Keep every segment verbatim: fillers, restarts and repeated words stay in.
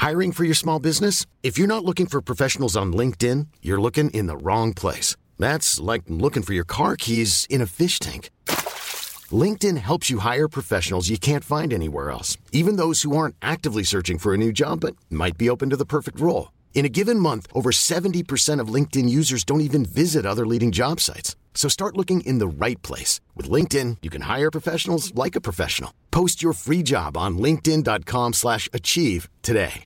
Hiring for your small business? If you're not looking for professionals on LinkedIn, you're looking in the wrong place. That's like looking for your car keys in a fish tank. LinkedIn helps you hire professionals you can't find anywhere else, even those who aren't actively searching for a new job but might be open to the perfect role. In a given month, over seventy percent of LinkedIn users don't even visit other leading job sites. So start looking in the right place. With LinkedIn, you can hire professionals like a professional. Post your free job on linkedin dot com slash achieve today.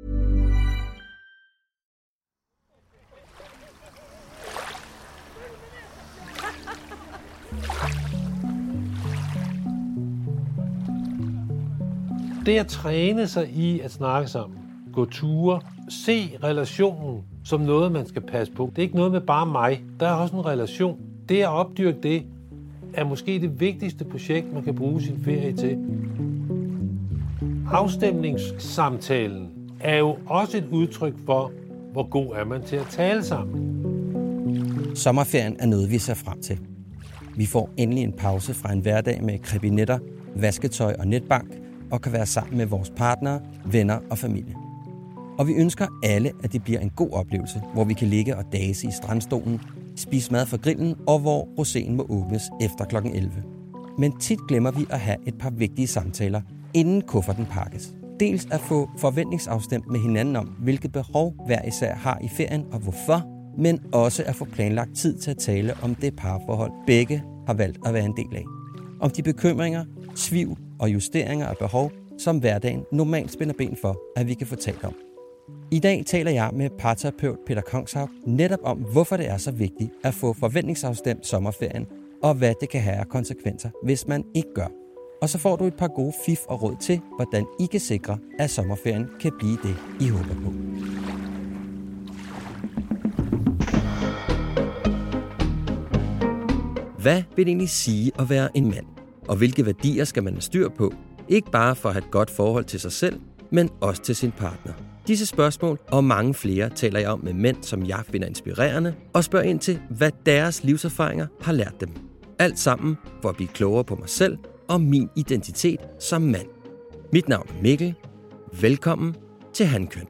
Det at træne sig i at snakke sammen, gå ture, se relationen som noget, man skal passe på. Det er ikke noget med bare mig. Der er også en relation. Det at opdyrke det, er måske det vigtigste projekt, man kan bruge sin ferie til. Afstemningssamtalen er jo også et udtryk for, hvor god er man til at tale sammen. Sommerferien er noget, vi ser frem til. Vi får endelig en pause fra en hverdag med krebinetter, vasketøj og netbank, og kan være sammen med vores partnere, venner og familie. Og vi ønsker alle, at det bliver en god oplevelse, hvor vi kan ligge og dase i strandstolen, spise mad fra grillen, og hvor roséen må åbnes efter klokken elleve. Men tit glemmer vi at have et par vigtige samtaler, inden kufferten pakkes. Dels at få forventningsafstemt med hinanden om, hvilket behov hver især har i ferien og hvorfor, men også at få planlagt tid til at tale om det parforhold, begge har valgt at være en del af. Om de bekymringer, tvivl og justeringer af behov, som hverdagen normalt spænder ben for, at vi kan få talt om. I dag taler jeg med parterapeut Peter Kongshaug netop om, hvorfor det er så vigtigt at få forventningsafstemt sommerferien, og hvad det kan have af konsekvenser, hvis man ikke gør. Og så får du et par gode fif og råd til, hvordan I kan sikre, at sommerferien kan blive det, I håber på. Hvad vil det egentlig sige at være en mand? Og hvilke værdier skal man have styr på? Ikke bare for at have et godt forhold til sig selv, men også til sin partner. Disse spørgsmål og mange flere taler jeg om med mænd, som jeg finder inspirerende, og spørger ind til, hvad deres livserfaringer har lært dem. Alt sammen for at blive klogere på mig selv og min identitet som mand. Mit navn er Mikkel. Velkommen til Hankøn.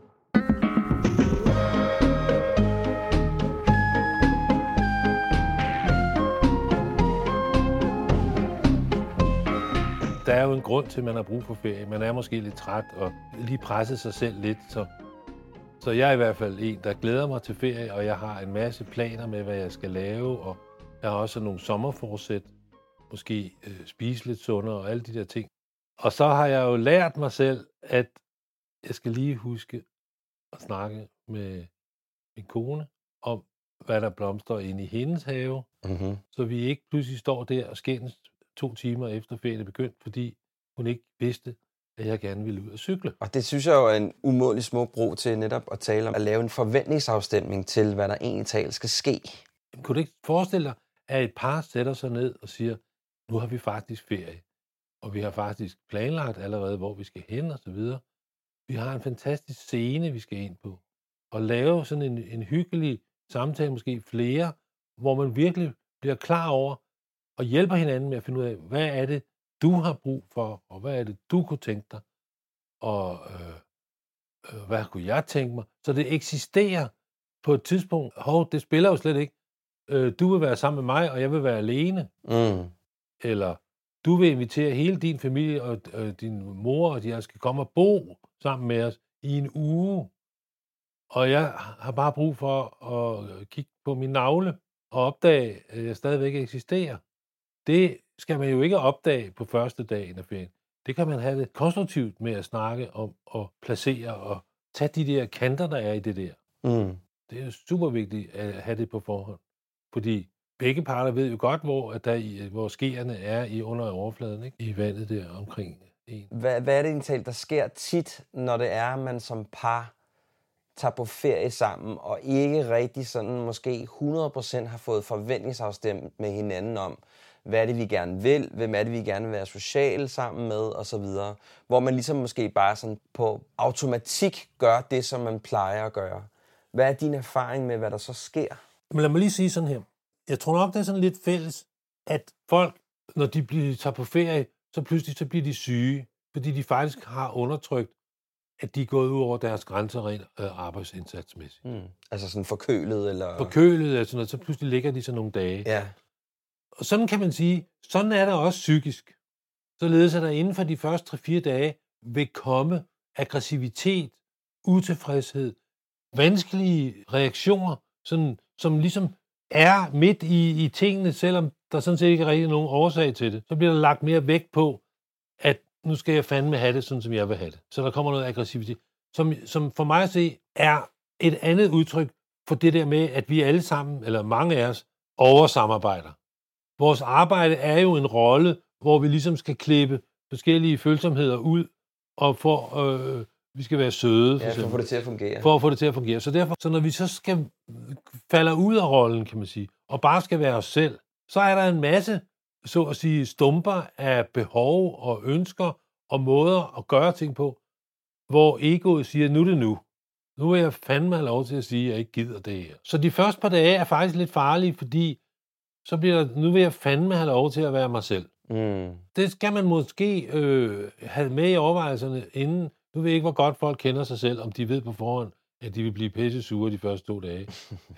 Der er jo en grund til, at man har brug for ferie. Man er måske lidt træt og lige presset sig selv lidt. Så, så jeg er i hvert fald en, der glæder mig til ferie, og jeg har en masse planer med, hvad jeg skal lave. Og jeg har også nogle sommerforsæt. Måske øh, spise lidt sundere og alle de der ting. Og så har jeg jo lært mig selv, at jeg skal lige huske at snakke med min kone om, hvad der blomstrer inde i hendes have. Mm-hmm. Så vi ikke pludselig står der og skændes to timer efter ferien er begyndt, fordi hun ikke vidste, at jeg gerne ville ud og cykle. Og det synes jeg jo er en umådelig smuk bro til netop at tale om at lave en forventningsafstemning til, hvad der egentlig talt skal ske. Kunne du ikke forestille dig, at et par sætter sig ned og siger, nu har vi faktisk ferie, og vi har faktisk planlagt allerede, hvor vi skal hen og så videre. Vi har en fantastisk scene, vi skal ind på, og lave sådan en, en hyggelig samtale, måske flere, hvor man virkelig bliver klar over, og hjælper hinanden med at finde ud af, hvad er det, du har brug for, og hvad er det, du kunne tænke dig, og øh, øh, hvad kunne jeg tænke mig? Så det eksisterer på et tidspunkt. Hov, det spiller jo slet ikke. Øh, du vil være sammen med mig, og jeg vil være alene. Mm. Eller du vil invitere hele din familie, og øh, din mor, og de skal komme og bo sammen med os i en uge. Og jeg har bare brug for at kigge på min navle og opdage, at jeg stadigvæk eksisterer. Det skal man jo ikke opdage på første dagen af ferien. Det kan man have det konstruktivt med at snakke om og placere og tage de der kanter, der er i det der. Mm. Det er super vigtigt at have det på forhånd. Fordi begge parter ved jo godt, hvor, at der, hvor skeerne er i under overfladen, ikke? I vandet der omkring en. Hvad, hvad er det egentlig, der sker tit, når det er, at man som par tager på ferie sammen, og ikke rigtig sådan måske hundrede procent har fået forventningsafstemt med hinanden om, hvad er det, vi gerne vil, hvem er det, vi gerne vil være sociale sammen med, og så videre. Hvor man ligesom måske bare sådan på automatik gør det, som man plejer at gøre. Hvad er din erfaring med, hvad der så sker? Men lad mig lige sige sådan her. Jeg tror nok, det er sådan lidt fælles, at folk, når de bliver, tager på ferie, så pludselig så bliver de syge, fordi de faktisk har undertrykt at de er gået ud over deres grænser rent øh, arbejdsindsatsmæssigt. Mm. Altså sådan forkølet eller... Forkølet eller sådan noget, så pludselig ligger de så nogle dage. Ja. Og sådan kan man sige, sådan er der også psykisk. Således at der inden for de første tre fire dage vil komme aggressivitet, utilfredshed, vanskelige reaktioner, sådan, som ligesom er midt i, i tingene, selvom der sådan set ikke er rigtig nogen årsag til det. Så bliver der lagt mere vægt på, at nu skal jeg fandme have det, sådan som jeg vil have det. Så der kommer noget aggressivitet, som, som for mig at se er et andet udtryk for det der med, at vi alle sammen, eller mange af os, oversamarbejder. Vores arbejde er jo en rolle, hvor vi ligesom skal klippe forskellige følsomheder ud, og for, øh, vi skal være søde. For, ja, for at få det til at fungere. For at få det til at fungere. Så derfor, så når vi så skal falde ud af rollen, kan man sige, og bare skal være os selv, så er der en masse, så at sige, stumper af behov og ønsker og måder at gøre ting på, hvor egoet siger, nu er det nu. Nu vil jeg fandme have lov til at sige, at jeg ikke gider det her. Så de første par dage er faktisk lidt farlige, fordi så bliver der, nu vil jeg fandme have lov til at være mig selv. Mm. Det skal man måske øh, have med i overvejelserne inden. Nu ved jeg ikke, hvor godt folk kender sig selv, om de ved på forhånd, at de vil blive pisse sure de første to dage.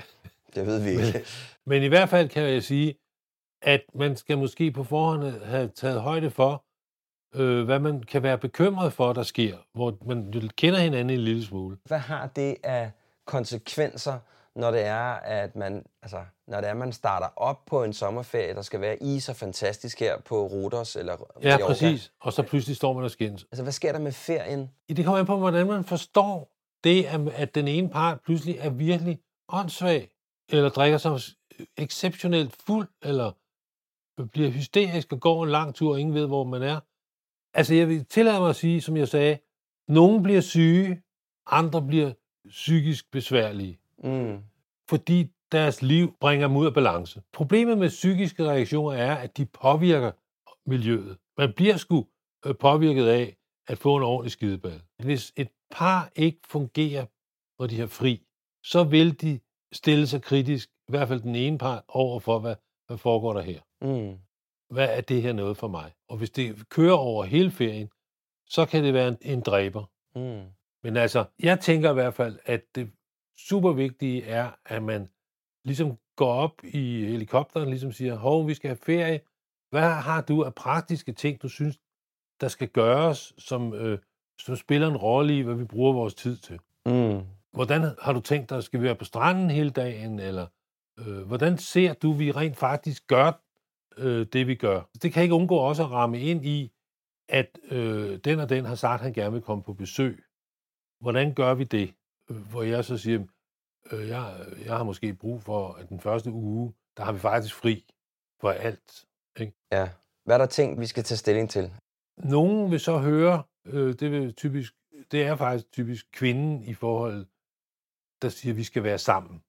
Det ved vi ikke. Men, men i hvert fald kan jeg sige, at man skal måske på forhånd have taget højde for, øh, hvad man kan være bekymret for, der sker, hvor man kender hinanden en lille smule. Hvad har det af konsekvenser, når det er, at man, altså, når det er, man starter op på en sommerferie, der skal være i så fantastisk her på Rhodos eller Ja, Mallorca. præcis. Og så pludselig står man og skændes. Altså, hvad sker der med ferien? Det kommer an på, hvordan man forstår det, at den ene part pludselig er virkelig åndssvag, eller drikker sig exceptionelt fuld, eller bliver hysterisk og går en lang tur, og ingen ved, hvor man er. Altså, jeg vil tillade mig at sige, som jeg sagde, nogen bliver syge, andre bliver psykisk besværlige. Mm. Fordi deres liv bringer dem ud af balance. Problemet med psykiske reaktioner er, at de påvirker miljøet. Man bliver sgu påvirket af at få en ordentlig skideball. Hvis et par ikke fungerer, når de har fri, så vil de stille sig kritisk, i hvert fald den ene part, over for, hvad, hvad foregår der her. Mm. Hvad er det her noget for mig? Og hvis det kører over hele ferien, så kan det være en, en dræber. Mm. Men altså, jeg tænker i hvert fald, at det super vigtige er, at man ligesom går op i helikopteren, ligesom siger, hov, vi skal have ferie. Hvad har du af praktiske ting, du synes, der skal gøres, som, øh, som spiller en rolle i, hvad vi bruger vores tid til? Mm. Hvordan har du tænkt dig, skal vi være på stranden hele dagen, eller øh, hvordan ser du, vi rent faktisk gør øh, det, vi gør? Det kan ikke undgå også at ramme ind i, at øh, den og den har sagt, at han gerne vil komme på besøg. Hvordan gør vi det? Hvor jeg så siger, øh, jeg, jeg har måske brug for, at den første uge, der har vi faktisk fri for alt. Ikke? Ja. Hvad er der ting, vi skal tage stilling til? Nogen vil så høre, øh, det, vil typisk, det er faktisk typisk kvinden i forhold, der siger, at vi skal være sammen.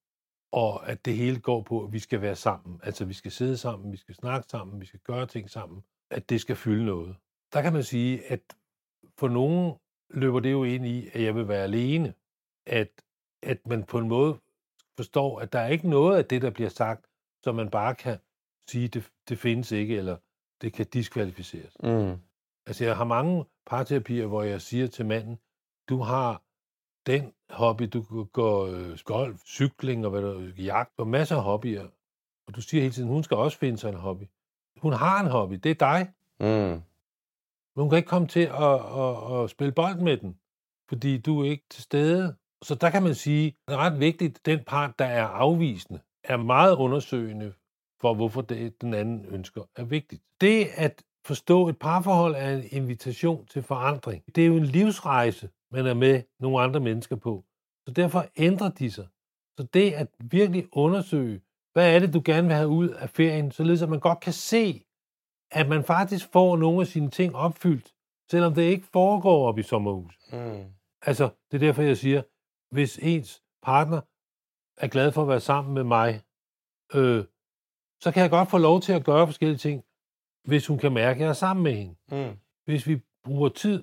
Og at det hele går på, at vi skal være sammen. Altså, vi skal sidde sammen, vi skal snakke sammen, vi skal gøre ting sammen. At det skal fylde noget. Der kan man sige, at for nogen løber det jo ind i, at jeg vil være alene. At, at man på en måde forstår, at der er ikke noget af det, der bliver sagt, som man bare kan sige, det, det findes ikke, eller det kan diskvalificeres. Mm. Altså, jeg har mange parterapier, hvor jeg siger til manden, du har den hobby, du kan gå øh, golf, cykling og hvad der, jagt, og masser af hobbyer. Og du siger hele tiden, hun skal også finde sig en hobby. Hun har en hobby, det er dig. Mm. Men hun kan ikke komme til at, at, at spille bold med den, fordi du er ikke til stede. Så der kan man sige, det er ret vigtigt, at den part, der er afvisende, er meget undersøgende for, hvorfor det, den anden ønsker, er vigtigt. Det at forstå et parforhold er en invitation til forandring. Det er jo en livsrejse, man er med nogle andre mennesker på. Så derfor ændrer de sig. Så det at virkelig undersøge, hvad er det, du gerne vil have ud af ferien, således at man godt kan se, at man faktisk får nogle af sine ting opfyldt, selvom det ikke foregår op i sommerhus. Mm. Altså, det er derfor, jeg siger, hvis ens partner er glad for at være sammen med mig, øh, så kan jeg godt få lov til at gøre forskellige ting, hvis hun kan mærke, at jeg er sammen med hende. Mm. Hvis vi bruger tid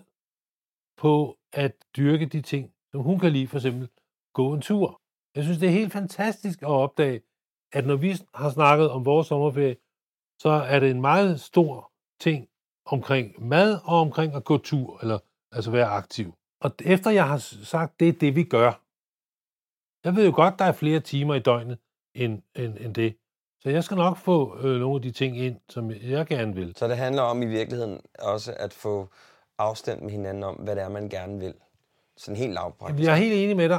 på at dyrke de ting, som hun kan lide, for eksempel gå en tur. Jeg synes, det er helt fantastisk at opdage, at når vi har snakket om vores sommerferie, så er det en meget stor ting omkring mad og omkring at gå tur, eller altså være aktiv. Og efter jeg har sagt, det er det, vi gør. Jeg ved jo godt, der er flere timer i døgnet end, end, end det. Så jeg skal nok få øh, nogle af de ting ind, som jeg gerne vil. Så det handler om i virkeligheden også at få afstemt med hinanden om, hvad det er, man gerne vil. Sådan helt lavpraktisk. Jeg er helt enig med dig.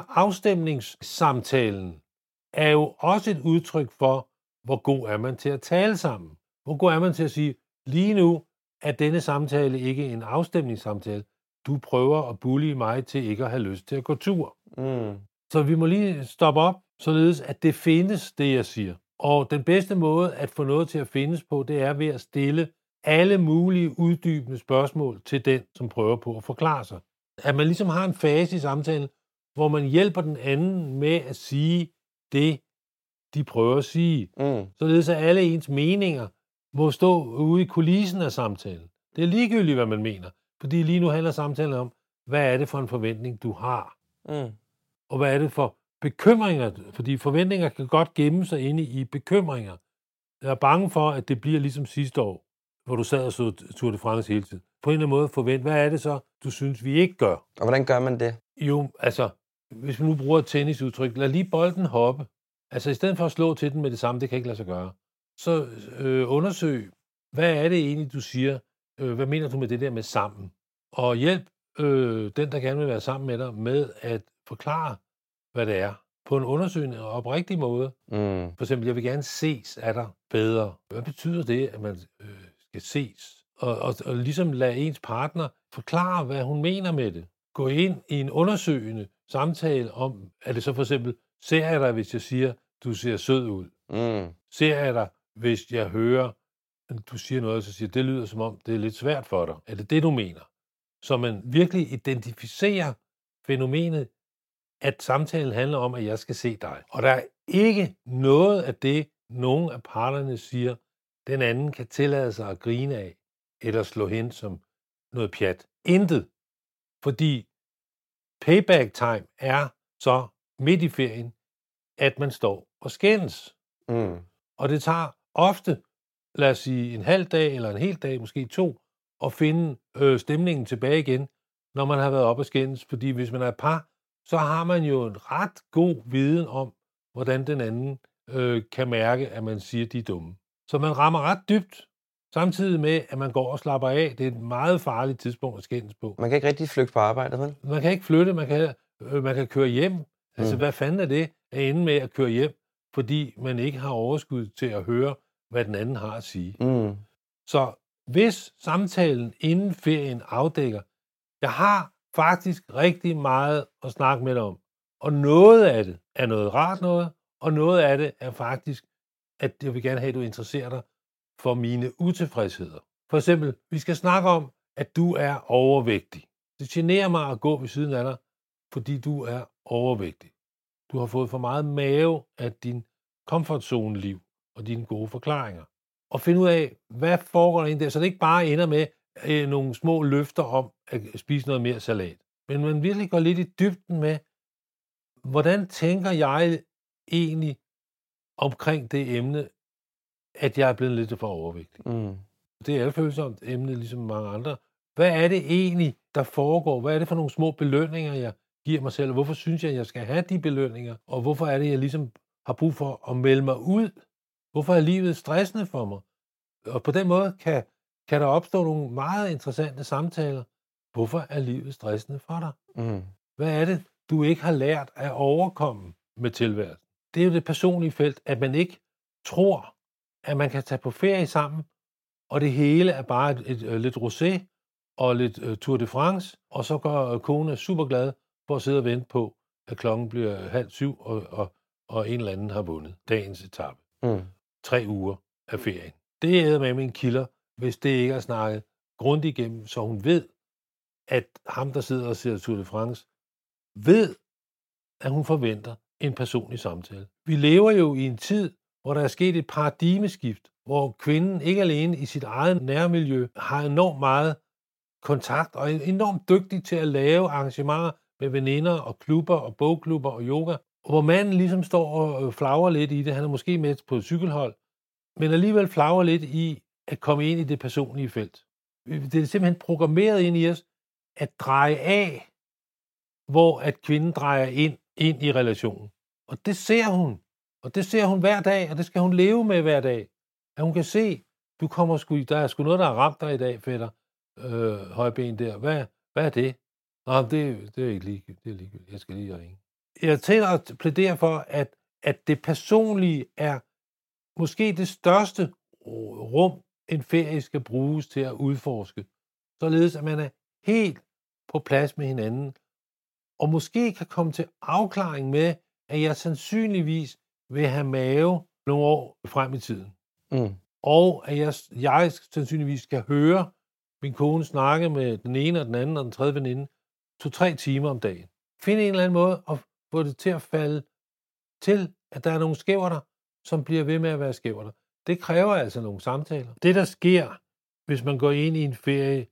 Afstemningssamtalen er jo også et udtryk for, hvor god er man til at tale sammen. Hvor god er man til at sige, lige nu er denne samtale ikke en afstemningssamtale. Du prøver at bully mig til ikke at have lyst til at gå tur. Mm. Så vi må lige stoppe op, således at det findes, det jeg siger. Og den bedste måde at få noget til at findes på, det er ved at stille alle mulige uddybende spørgsmål til den, som prøver på at forklare sig. At man ligesom har en fase i samtalen, hvor man hjælper den anden med at sige det, de prøver at sige. Mm. Således at alle ens meninger må stå ude i kulissen af samtalen. Det er ligegyldigt, hvad man mener. Fordi lige nu handler samtalen om, hvad er det for en forventning, du har? Mm. Og hvad er det for bekymringer? Fordi forventninger kan godt gemme sig inde i bekymringer. Jeg er bange for, at det bliver ligesom sidste år, hvor du sad og så Tour de France hele tiden. På en eller anden måde forvent, hvad er det så, du synes, vi ikke gør? Og hvordan gør man det? Jo, altså, hvis vi nu bruger et tennisudtryk, lad lige bolden hoppe. Altså, i stedet for at slå til den med det samme, det kan ikke lade sig gøre. Så øh, undersøg, hvad er det egentlig, du siger? Øh, hvad mener du med det der med sammen? Og hjælp øh, den, der gerne vil være sammen med dig, med at forklare, hvad det er. På en undersøgende og oprigtig måde. Mm. For eksempel, jeg vil gerne ses af dig bedre. Hvad betyder det, at man øh, skal ses? Og, og, og ligesom lade ens partner forklare, hvad hun mener med det. Gå ind i en undersøgende samtale om, er det så for eksempel, ser jeg dig, hvis jeg siger, du ser sød ud? Mm. Ser jeg dig, hvis jeg hører, du siger noget, så siger det lyder som om, det er lidt svært for dig. Er det det, du mener? Så man virkelig identificerer fænomenet, at samtalen handler om, at jeg skal se dig. Og der er ikke noget af det, nogen af parterne siger, den anden kan tillade sig at grine af, eller slå hen som noget pjat. Intet. Fordi payback time er så midt i ferien, at man står og skændes. Mm. Og det tager ofte, lad os sige, en halv dag eller en hel dag, måske to, at finde øh, stemningen tilbage igen, når man har været op og skændes. Fordi hvis man er et par, så har man jo en ret god viden om, hvordan den anden øh, kan mærke, at man siger, de er dumme. Så man rammer ret dybt, samtidig med, at man går og slapper af. Det er et meget farligt tidspunkt at skændes på. Man kan ikke rigtig flygte på arbejde, vel? Man kan ikke flytte, man kan, øh, man kan køre hjem. Altså, Mm. hvad fanden er det, at ende med at køre hjem, fordi man ikke har overskud til at høre, hvad den anden har at sige. Mm. Så hvis samtalen inden ferien afdækker, jeg har faktisk rigtig meget at snakke med dig om, og noget af det er noget rart noget, og noget af det er faktisk, at jeg vil gerne have, at du interesserer dig for mine utilfredsheder. For eksempel, vi skal snakke om, at du er overvægtig. Det generer mig at gå ved siden af dig, fordi du er overvægtig. Du har fået for meget mave af din komfortzone-liv og dine gode forklaringer. Og finde ud af, hvad foregår der inde der, så det ikke bare ender med øh, nogle små løfter om at spise noget mere salat. Men man virkelig går lidt i dybden med, hvordan tænker jeg egentlig omkring det emne, at jeg er blevet lidt for overvægtig. Mm. Det er et følsomt emne, ligesom mange andre. Hvad er det egentlig, der foregår? Hvad er det for nogle små belønninger, jeg giver mig selv? Hvorfor synes jeg, at jeg skal have de belønninger? Og hvorfor er det, jeg ligesom har brug for at melde mig ud? Hvorfor er livet stressende for mig? Og på den måde kan, kan der opstå nogle meget interessante samtaler. Hvorfor er livet stressende for dig? Mm. Hvad er det, du ikke har lært at overkomme med tilværelsen? Det er jo det personlige felt, at man ikke tror, at man kan tage på ferie sammen, og det hele er bare et, et, et lidt rosé og lidt uh, Tour de France, og så går uh, konen super glad for at sidde og vente på, at klokken bliver halv syv, og, og, og en eller anden har vundet dagens etape. Mm. Tre uger af ferien. Det er med en kilder, hvis det ikke er snakket grundigt igennem, så hun ved, at ham, der sidder og ser Tour de France, ved, at hun forventer en personlig samtale. Vi lever jo i en tid, hvor der er sket et paradigmeskift, hvor kvinden ikke alene i sit eget nærmiljø har enormt meget kontakt og er enormt dygtig til at lave arrangementer med veninder og klubber og bogklubber og yoga, og hvor manden ligesom står og flagrer lidt i det. Han er måske med på et cykelhold, men alligevel flagrer lidt i at komme ind i det personlige felt. Det er simpelthen programmeret ind i os at dreje af hvor at kvinden drejer ind, ind i relationen. Og det ser hun. Og det ser hun hver dag, og det skal hun leve med hver dag. At hun kan se, du kommer sgu, der er sgu noget, der har ramt dig i dag, fætter, øh, højben der. Hvad, hvad er det? Nå, det, det er ikke ligegyldigt. Det er ligegyldigt. Jeg skal lige ringe. Jeg tænker at plædere for, at, at det personlige er måske det største rum, en ferie skal bruges til at udforske. Således, at man er helt på plads med hinanden, og måske kan komme til afklaring med, at jeg sandsynligvis vil have mave nogle år frem i tiden. Mm. Og at jeg, jeg sandsynligvis skal høre min kone snakke med den ene og den anden og den tredje veninde to-tre timer om dagen. Finde en eller anden måde at få det til at falde til, at der er nogle skæverter, som bliver ved med at være skæverter. Det kræver altså nogle samtaler. Det, der sker, hvis man går ind i en ferie,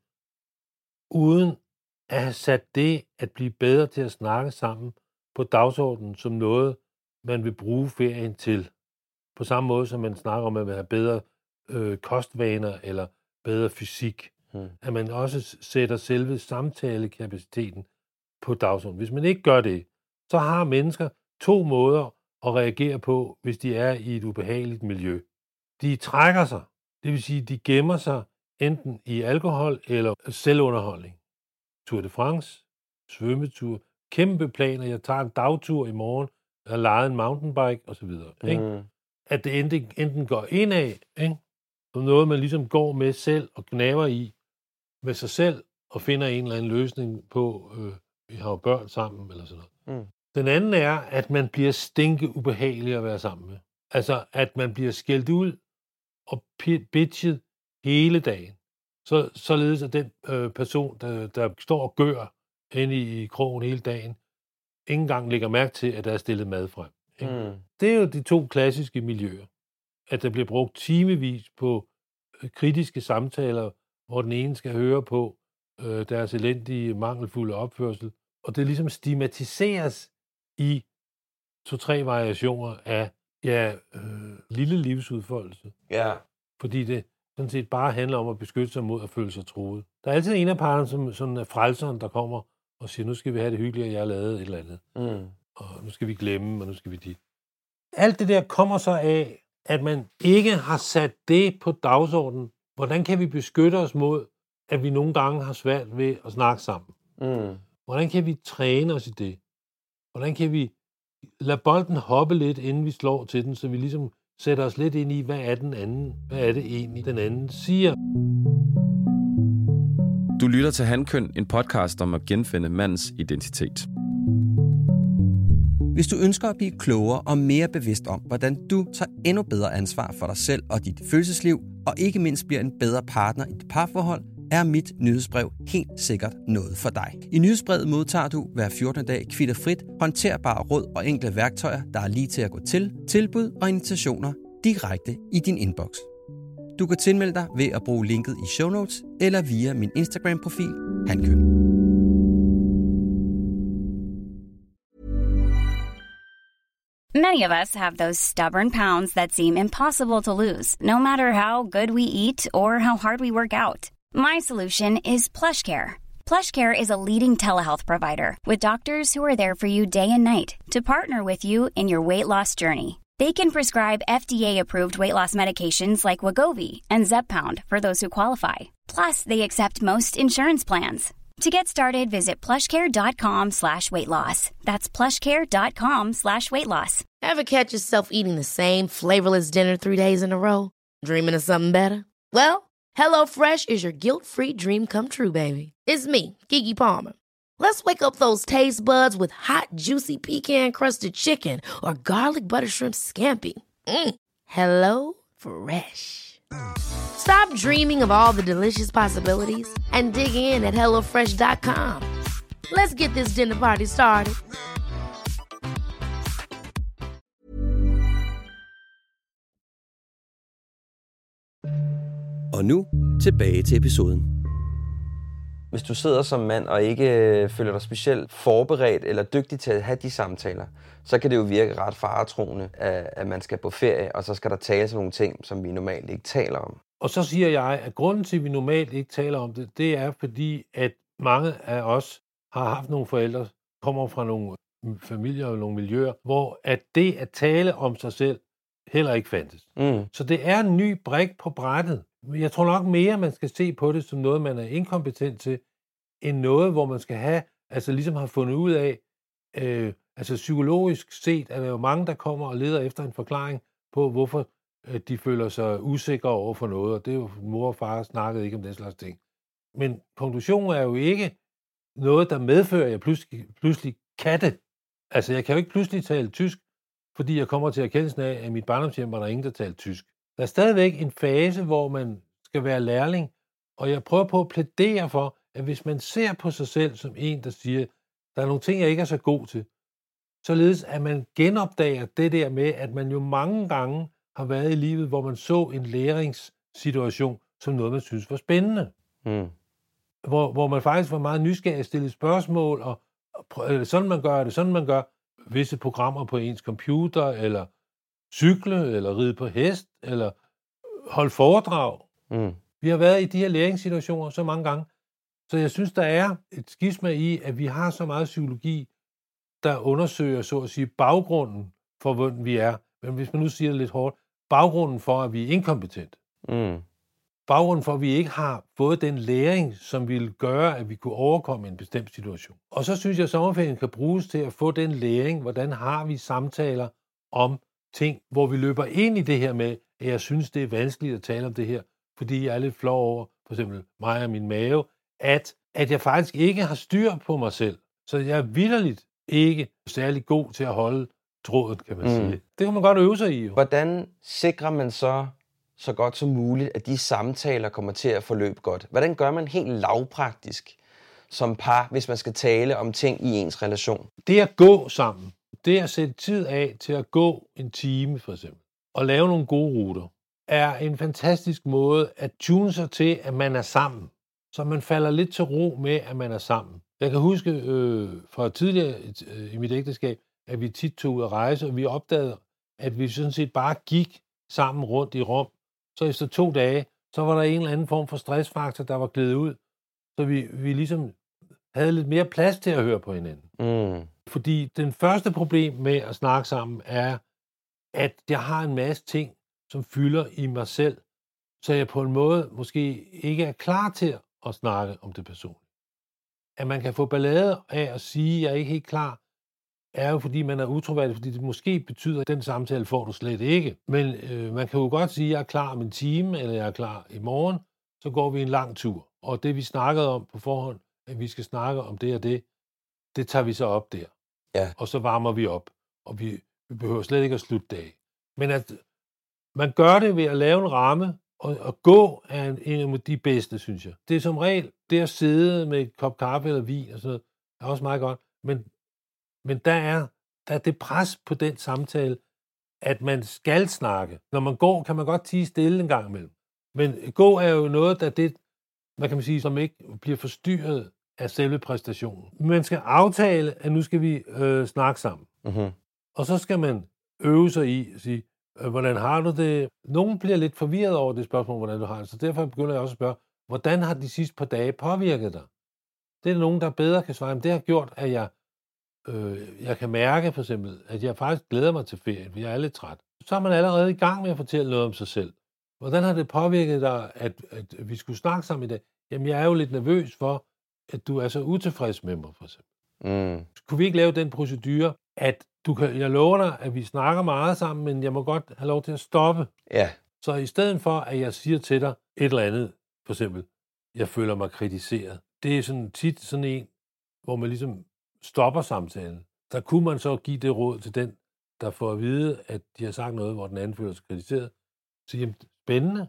uden at have sat det at blive bedre til at snakke sammen på dagsordenen som noget, man vil bruge ferien til. På samme måde, som man snakker om at have bedre øh, kostvaner eller bedre fysik. Hmm. At man også sætter selve samtalekapaciteten på dagsordenen. Hvis man ikke gør det, så har mennesker to måder at reagere på, hvis de er i et ubehageligt miljø. De trækker sig, det vil sige, de gemmer sig enten i alkohol eller selvunderholdning. Tour de France, svømmetur, kæmpe planer, jeg tager en dagtur i morgen, jeg har lejet en mountainbike osv. Mm. At det enten, enten går indad, ikke? Som noget, man ligesom går med selv og knaver i med sig selv og finder en eller anden løsning på, øh, vi har jo børn sammen eller sådan noget. Mm. Den anden er, at man bliver stinke ubehagelig at være sammen med. Altså, at man bliver skældt ud og bitchet hele dagen. Så, således at den øh, person, der, der står og gør inde i, i krogen hele dagen, ikke engang lægger mærke til, at der er stillet mad frem. Mm. Det er jo de to klassiske miljøer. At der bliver brugt timevis på øh, kritiske samtaler, hvor den ene skal høre på øh, deres elendige, mangelfulde opførsel, og det ligesom stigmatiseres i to-tre variationer af ja, øh, lille livsudfoldelse. Ja. Fordi det sådan set bare handler om at beskytte sig mod at føle sig truet. Der er altid en af parterne, som sådan er frelseren, der kommer og siger, nu skal vi have det hyggeligt, at jeg har lavet et eller andet. Mm. Og nu skal vi glemme, og nu skal vi dit. Alt det der kommer så af, at man ikke har sat det på dagsordenen. Hvordan kan vi beskytte os mod, at vi nogle gange har svært ved at snakke sammen? Mm. Hvordan kan vi træne os i det? Hvordan kan vi lade bolden hoppe lidt, inden vi slår til den, så vi ligesom sætter os lidt ind i, hvad er den anden? Hvad er det egentlig, den anden siger? Du lytter til Hankøn, en podcast om at genfinde mandens identitet. Hvis du ønsker at blive klogere og mere bevidst om, hvordan du tager endnu bedre ansvar for dig selv og dit følelsesliv, og ikke mindst bliver en bedre partner i dit parforhold, er mit nyhedsbrev helt sikkert noget for dig. I nyhedsbrevet modtager du hver fjortende dag kvitterfrit håndterbare råd og enkle værktøjer, der er lige til at gå til, tilbud og invitationer direkte i din inbox. Du kan tilmelde dig ved at bruge linket i show notes eller via min Instagram-profil Hankøn. Many of us have those stubborn pounds that seem impossible to lose, no matter how good we eat or how hard we work out. My solution is PlushCare. PlushCare is a leading telehealth provider with doctors who are there for you day and night to partner with you in your weight loss journey. They can prescribe F D A-approved weight loss medications like Wegovy and Zepbound for those who qualify. Plus, they accept most insurance plans. To get started, visit plushcare.com slash weight loss. That's plushcare.com slash weight loss. Ever catch yourself eating the same flavorless dinner three days in a row? Dreaming of something better? Well, HelloFresh is your guilt-free dream come true, baby. It's me, Keke Palmer. Let's wake up those taste buds with hot, juicy pecan-crusted chicken or garlic butter shrimp scampi. Mm. Hello Fresh. Stop dreaming of all the delicious possibilities and dig in at hello fresh dot com. Let's get this dinner party started. Og nu tilbage til episoden. Hvis du sidder som mand og ikke føler dig specielt forberedt eller dygtig til at have de samtaler, så kan det jo virke ret faretruende, at man skal på ferie, og så skal der tales om nogle ting, som vi normalt ikke taler om. Og så siger jeg, at grunden til, at vi normalt ikke taler om det, det er fordi, at mange af os har haft nogle forældre, kommer fra nogle familier og nogle miljøer, hvor at det at tale om sig selv heller ikke fandtes. Mm. Så det er en ny brik på brættet. Jeg tror nok mere, man skal se på det som noget, man er inkompetent til, end noget, hvor man skal have, altså ligesom har fundet ud af, øh, altså psykologisk set, er der jo mange, der kommer og leder efter en forklaring på, hvorfor øh, de føler sig usikre over for noget, og det er jo, mor og far snakkede ikke om den slags ting. Men konklusionen er jo ikke noget, der medfører, at jeg pludselig, pludselig kan det. Altså, jeg kan jo ikke pludselig tale tysk, fordi jeg kommer til erkendelsen af, at i mit barndomshjem var der ingen, der talte tysk. Der er stadigvæk en fase, hvor man skal være lærling, og jeg prøver på at plædere for, at hvis man ser på sig selv som en, der siger, der er nogle ting, jeg ikke er så god til, således at man genopdager det der med, at man jo mange gange har været i livet, hvor man så en læringssituation som noget, man synes var spændende. Mm. Hvor, hvor man faktisk var meget nysgerrig at stille spørgsmål, og, og sådan man gør det, sådan man gør visse programmer på ens computer, eller cykle, eller ride på hest, eller holde foredrag. Mm. Vi har været i de her læringssituationer så mange gange, så jeg synes, der er et skisma i, at vi har så meget psykologi, der undersøger, så at sige, baggrunden for, hvordan vi er. Men hvis man nu siger det lidt hårdt, baggrunden for, at vi er inkompetent. Mm. Baggrunden for, at vi ikke har fået den læring, som ville gøre, at vi kunne overkomme en bestemt situation. Og så synes jeg, at sommerferien kan bruges til at få den læring, hvordan har vi samtaler om ting, hvor vi løber ind i det her med, at jeg synes, det er vanskeligt at tale om det her, fordi jeg er lidt flov over, for eksempel mig og min mave, at, at jeg faktisk ikke har styr på mig selv. Så jeg er vitterligt ikke særlig god til at holde tråden, kan man mm. sige. Det kan man godt øve sig i. Jo. Hvordan sikrer man så, så godt som muligt, at de samtaler kommer til at forløbe godt? Hvordan gør man helt lavpraktisk som par, hvis man skal tale om ting i ens relation? Det at gå sammen, det at sætte tid af til at gå en time for eksempel, og lave nogle gode ruter, er en fantastisk måde at tune sig til, at man er sammen. Så man falder lidt til ro med, at man er sammen. Jeg kan huske øh, fra tidligere øh, i mit ægteskab, at vi tit tog ud at rejse, og vi opdagede, at vi sådan set bare gik sammen rundt i Rom. Så efter to dage, så var der en eller anden form for stressfaktor, der var glædet ud. Så vi, vi ligesom havde lidt mere plads til at høre på hinanden. Mm. Fordi den første problem med at snakke sammen er, at jeg har en masse ting, som fylder i mig selv, så jeg på en måde måske ikke er klar til at snakke om det personlige. At man kan få ballade af at sige, at jeg er ikke helt klar, er jo fordi, man er utroværdig, fordi det måske betyder, at den samtale får du slet ikke. Men øh, man kan jo godt sige, at jeg er klar om en time, eller jeg er klar i morgen, så går vi en lang tur. Og det, vi snakkede om på forhånd, at vi skal snakke om det og det, det tager vi så op der. Ja. Og så varmer vi op. Og vi, vi behøver slet ikke at slutte dag. Men at man gør det ved at lave en ramme, og, og gå er en, en af de bedste, synes jeg. Det er som regel, det at sidde med et kop kaffe eller vin og sådan noget, er også meget godt. Men, men der, er, der er det pres på den samtale, at man skal snakke. Når man går, kan man godt tie stille en gang imellem. Men gå er jo noget, der det, man kan sige, som ikke bliver forstyrret af selve præstationen. Man skal aftale, at nu skal vi øh, snakke sammen. Mm-hmm. Og så skal man øve sig i at sige, hvordan har du det? Nogen bliver lidt forvirret over det spørgsmål, hvordan du har det. Så derfor begynder jeg også at spørge, hvordan har de sidste par dage påvirket dig? Det er nogen, der bedre kan svare. Men det har gjort, at jeg, øh, jeg kan mærke for eksempel, at jeg faktisk glæder mig til ferien, for jeg er lidt træt. Så er man allerede i gang med at fortælle noget om sig selv. Hvordan har det påvirket dig, at, at vi skulle snakke sammen i dag? Jamen, jeg er jo lidt nervøs for, at du er så utilfreds med mig, for eksempel. Mm. Kunne vi ikke lave den procedure, at du kan, jeg lover dig, at vi snakker meget sammen, men jeg må godt have lov til at stoppe. Ja. Så i stedet for, at jeg siger til dig et eller andet, for eksempel, jeg føler mig kritiseret. Det er sådan tit sådan en, hvor man ligesom stopper samtalen. Der kunne man så give det råd til den, der får at vide, at de har sagt noget, hvor den anden føler sig kritiseret. Så jamen, spændende.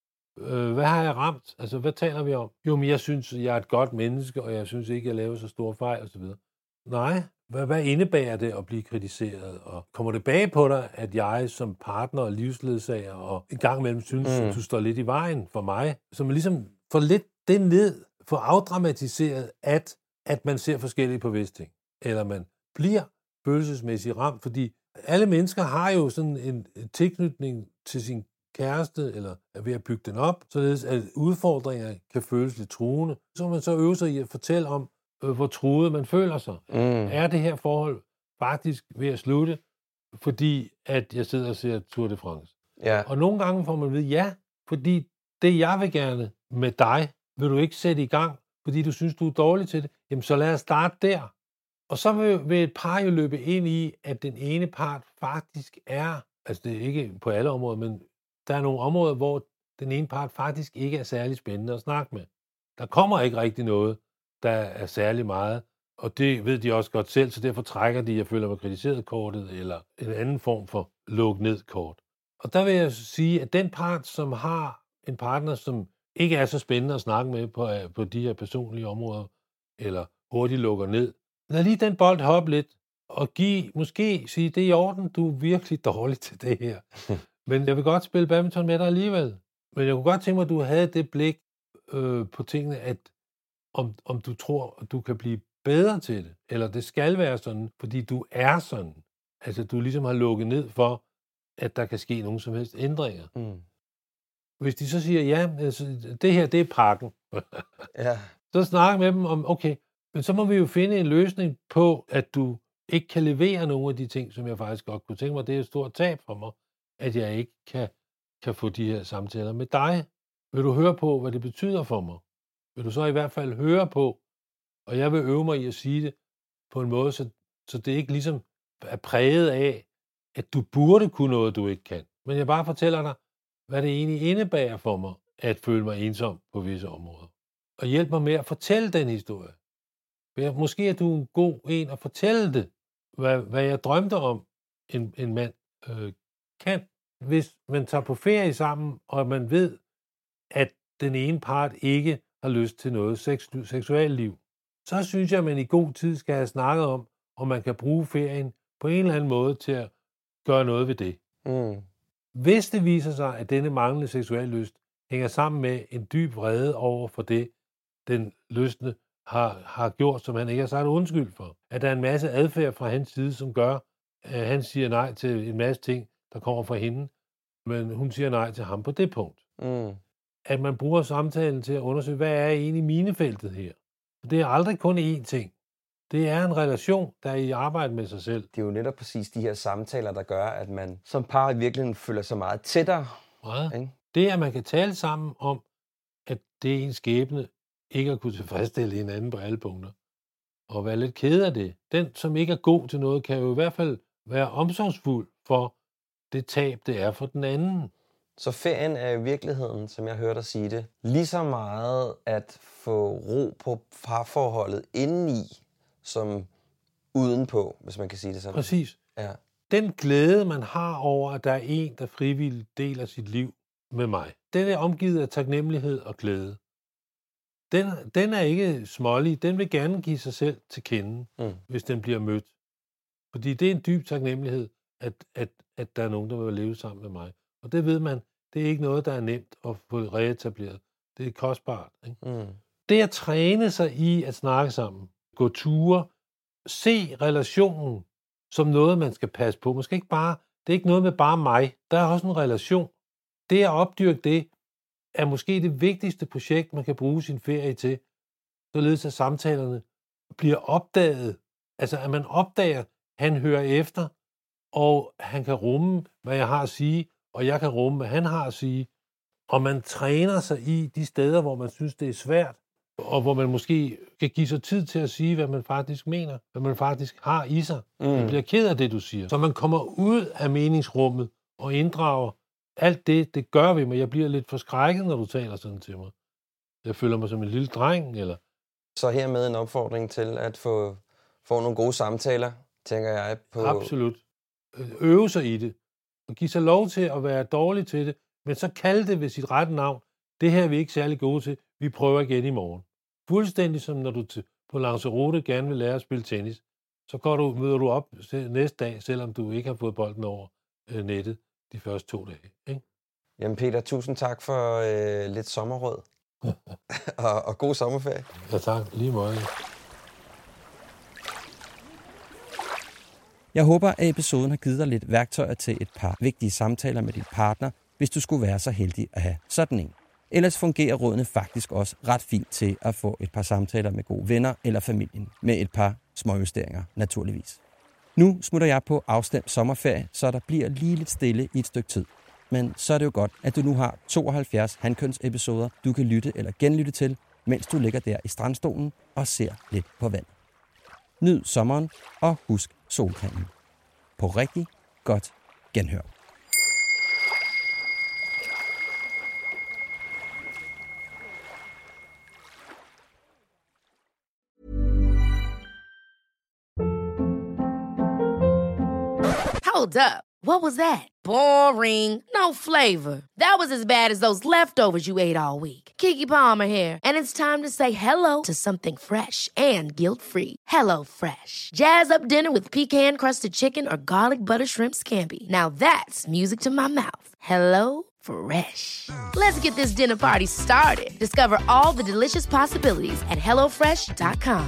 Øh, hvad har jeg ramt? Altså, hvad taler vi om? Jo, men jeg synes, jeg er et godt menneske, og jeg synes ikke, jeg laver så store fejl, osv. Nej. Hvad, hvad indebærer det at blive kritiseret? Og kommer det bag på dig, at jeg som partner og livsledsager og en gang imellem synes, mm. at du står lidt i vejen for mig? Så man ligesom får lidt det ned, får afdramatiseret, at, at man ser forskelligt på visse ting. Eller man bliver følelsesmæssigt ramt, fordi alle mennesker har jo sådan en, en tilknytning til sin kæreste, eller er ved at bygge den op, således at udfordringer kan føles lidt truende. Så må man så øve sig i at fortælle om, øh, hvor truet man føler sig. Mm. Er det her forhold faktisk ved at slutte, fordi at jeg sidder og ser Tour de France? Ja. Og nogle gange får man at vide, ja, fordi det jeg vil gerne med dig, vil du ikke sætte i gang, fordi du synes, du er dårlig til det. Jamen, så lad os starte der. Og så vil, vil et par jo løbe ind i, at den ene part faktisk er, altså det er ikke på alle områder, men der er nogle områder, hvor den ene part faktisk ikke er særlig spændende at snakke med. Der kommer ikke rigtig noget, der er særlig meget, og det ved de også godt selv, så derfor trækker de, jeg føler mig kritiseret kortet, eller en anden form for luk ned kort. Og der vil jeg sige, at den part, som har en partner, som ikke er så spændende at snakke med på, på de her personlige områder, eller hurtigt lukker ned, lad lige den bold hoppe lidt, og give, måske sige, det er i orden, du er virkelig dårlig til det her. Men jeg vil godt spille badminton med dig alligevel. Men jeg kunne godt tænke mig, at du havde det blik øh, på tingene, at om, om du tror, at du kan blive bedre til det, eller det skal være sådan, fordi du er sådan. Altså, du ligesom har lukket ned for, at der kan ske nogen som helst ændringer. Mm. Hvis de så siger, ja, altså, det her, det er pakken. Ja. Så snak med dem om, okay, men så må vi jo finde en løsning på, at du ikke kan levere nogle af de ting, som jeg faktisk godt kunne tænke mig. Det er et stort tab for mig, at jeg ikke kan, kan få de her samtaler med dig. Vil du høre på, hvad det betyder for mig? Vil du så i hvert fald høre på, og jeg vil øve mig i at sige det på en måde, så, så det ikke ligesom er præget af, at du burde kunne noget, du ikke kan. Men jeg bare fortæller dig, hvad det egentlig indebærer for mig, at føle mig ensom på visse områder. Og hjælp mig med at fortælle den historie. Måske er du en god en at fortælle det, hvad, hvad jeg drømte om, en, en mand øh, kan. Hvis man tager på ferie sammen, og man ved, at den ene part ikke har lyst til noget seks, seksuelt liv, så synes jeg, at man i god tid skal have snakket om, om man kan bruge ferien på en eller anden måde til at gøre noget ved det. Mm. Hvis det viser sig, at denne manglende seksuel lyst hænger sammen med en dyb vrede over for det, den lystne har, har gjort, som han ikke har sagt undskyld for. At der er en masse adfærd fra hans side, som gør, at han siger nej til en masse ting, der kommer fra hende, men hun siger nej til ham på det punkt. Mm. At man bruger samtalen til at undersøge, hvad er egentlig minefeltet her? Det er aldrig kun én ting. Det er en relation, der er i arbejde med sig selv. Det er jo netop præcis de her samtaler, der gør, at man som par i virkeligheden føler sig meget tættere. Meget. Ikke? Det, at man kan tale sammen om, at det er en skæbne, ikke at kunne tilfredsstille hinanden på alle punkter, og være lidt ked af det. Den, som ikke er god til noget, kan jo i hvert fald være omsorgsfuld for det tab, det er for den anden. Så ferien er i virkeligheden, som jeg hørte dig sige det, lige så meget at få ro på parforholdet indeni, som udenpå, hvis man kan sige det sådan. Præcis. Ja. Den glæde, man har over, at der er en, der frivilligt deler sit liv med mig, den er omgivet af taknemmelighed og glæde. Den, den er ikke smålig. Den vil gerne give sig selv til kende, Mm. hvis den bliver mødt. Fordi det er en dyb taknemmelighed, at, at, at der er nogen, der vil leve sammen med mig. Og det ved man, det er ikke noget, der er nemt at få reetableret. Det er kostbart. Ikke? Mm. Det at træne sig i at snakke sammen, gå ture, se relationen som noget, man skal passe på. Måske ikke bare, det er ikke noget med bare mig. Der er også en relation. Det at opdyrke det, er måske det vigtigste projekt, man kan bruge sin ferie til, således at samtalerne bliver opdaget. Altså, at man opdager, han hører efter, og han kan rumme, hvad jeg har at sige, og jeg kan rumme, hvad han har at sige. Og man træner sig i de steder, hvor man synes, det er svært, og hvor man måske kan give sig tid til at sige, hvad man faktisk mener, hvad man faktisk har i sig. Mm. Man bliver ked af det, du siger. Så man kommer ud af meningsrummet og inddrager alt det, det gør vi, men jeg bliver lidt forskrækket, når du taler sådan til mig. Jeg føler mig som en lille dreng, eller... Så hermed en opfordring til at få, få nogle gode samtaler, tænker jeg på... Absolut. Øve sig i det, og give sig lov til at være dårlig til det, men så kald det ved sit rette navn. Det her er vi ikke særlig gode til. Vi prøver igen i morgen. Fuldstændig som når du til, på Lanzarote gerne vil lære at spille tennis, så går du, møder du op næste dag, selvom du ikke har fået bolden over øh, nettet de første to dage. Ikke? Jamen Peter, tusind tak for øh, lidt sommerråd. og, og god sommerferie. Ja tak, lige meget. Jeg håber, at episoden har givet dig lidt værktøjer til et par vigtige samtaler med din partner, hvis du skulle være så heldig at have sådan en. Ellers fungerer rådene faktisk også ret fint til at få et par samtaler med gode venner eller familien, med et par småjusteringer naturligvis. Nu smutter jeg på afstemt sommerferie, så der bliver lige lidt stille i et stykke tid. Men så er det jo godt, at du nu har tooghalvfjerds handkønsepisoder, du kan lytte eller genlytte til, mens du ligger der i strandstolen og ser lidt på vand. Nyd sommeren og husk solcremen. På rigtig godt genhør. Hold up. What was that? Boring. No flavor. That was as bad as those leftovers you ate all week. Keke Palmer here, and it's time to say hello to something fresh and guilt-free. Hello Fresh. Jazz up dinner with pecan-crusted chicken or garlic butter shrimp scampi. Now that's music to my mouth. Hello Fresh. Let's get this dinner party started. Discover all the delicious possibilities at hello fresh dot com.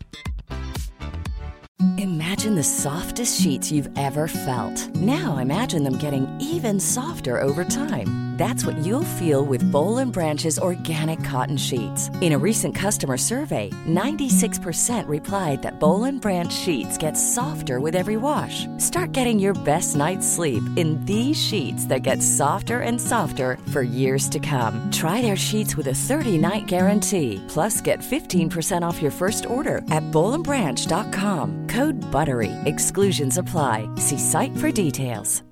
Imagine the softest sheets you've ever felt. Now imagine them getting even softer over time. That's what you'll feel with Boll and Branch's organic cotton sheets. In a recent customer survey, ninety-six percent replied that Boll and Branch sheets get softer with every wash. Start getting your best night's sleep in these sheets that get softer and softer for years to come. Try their sheets with a thirty-night guarantee. Plus, get fifteen percent off your first order at boll and branch dot com. Code BUTTERY. Exclusions apply. See site for details.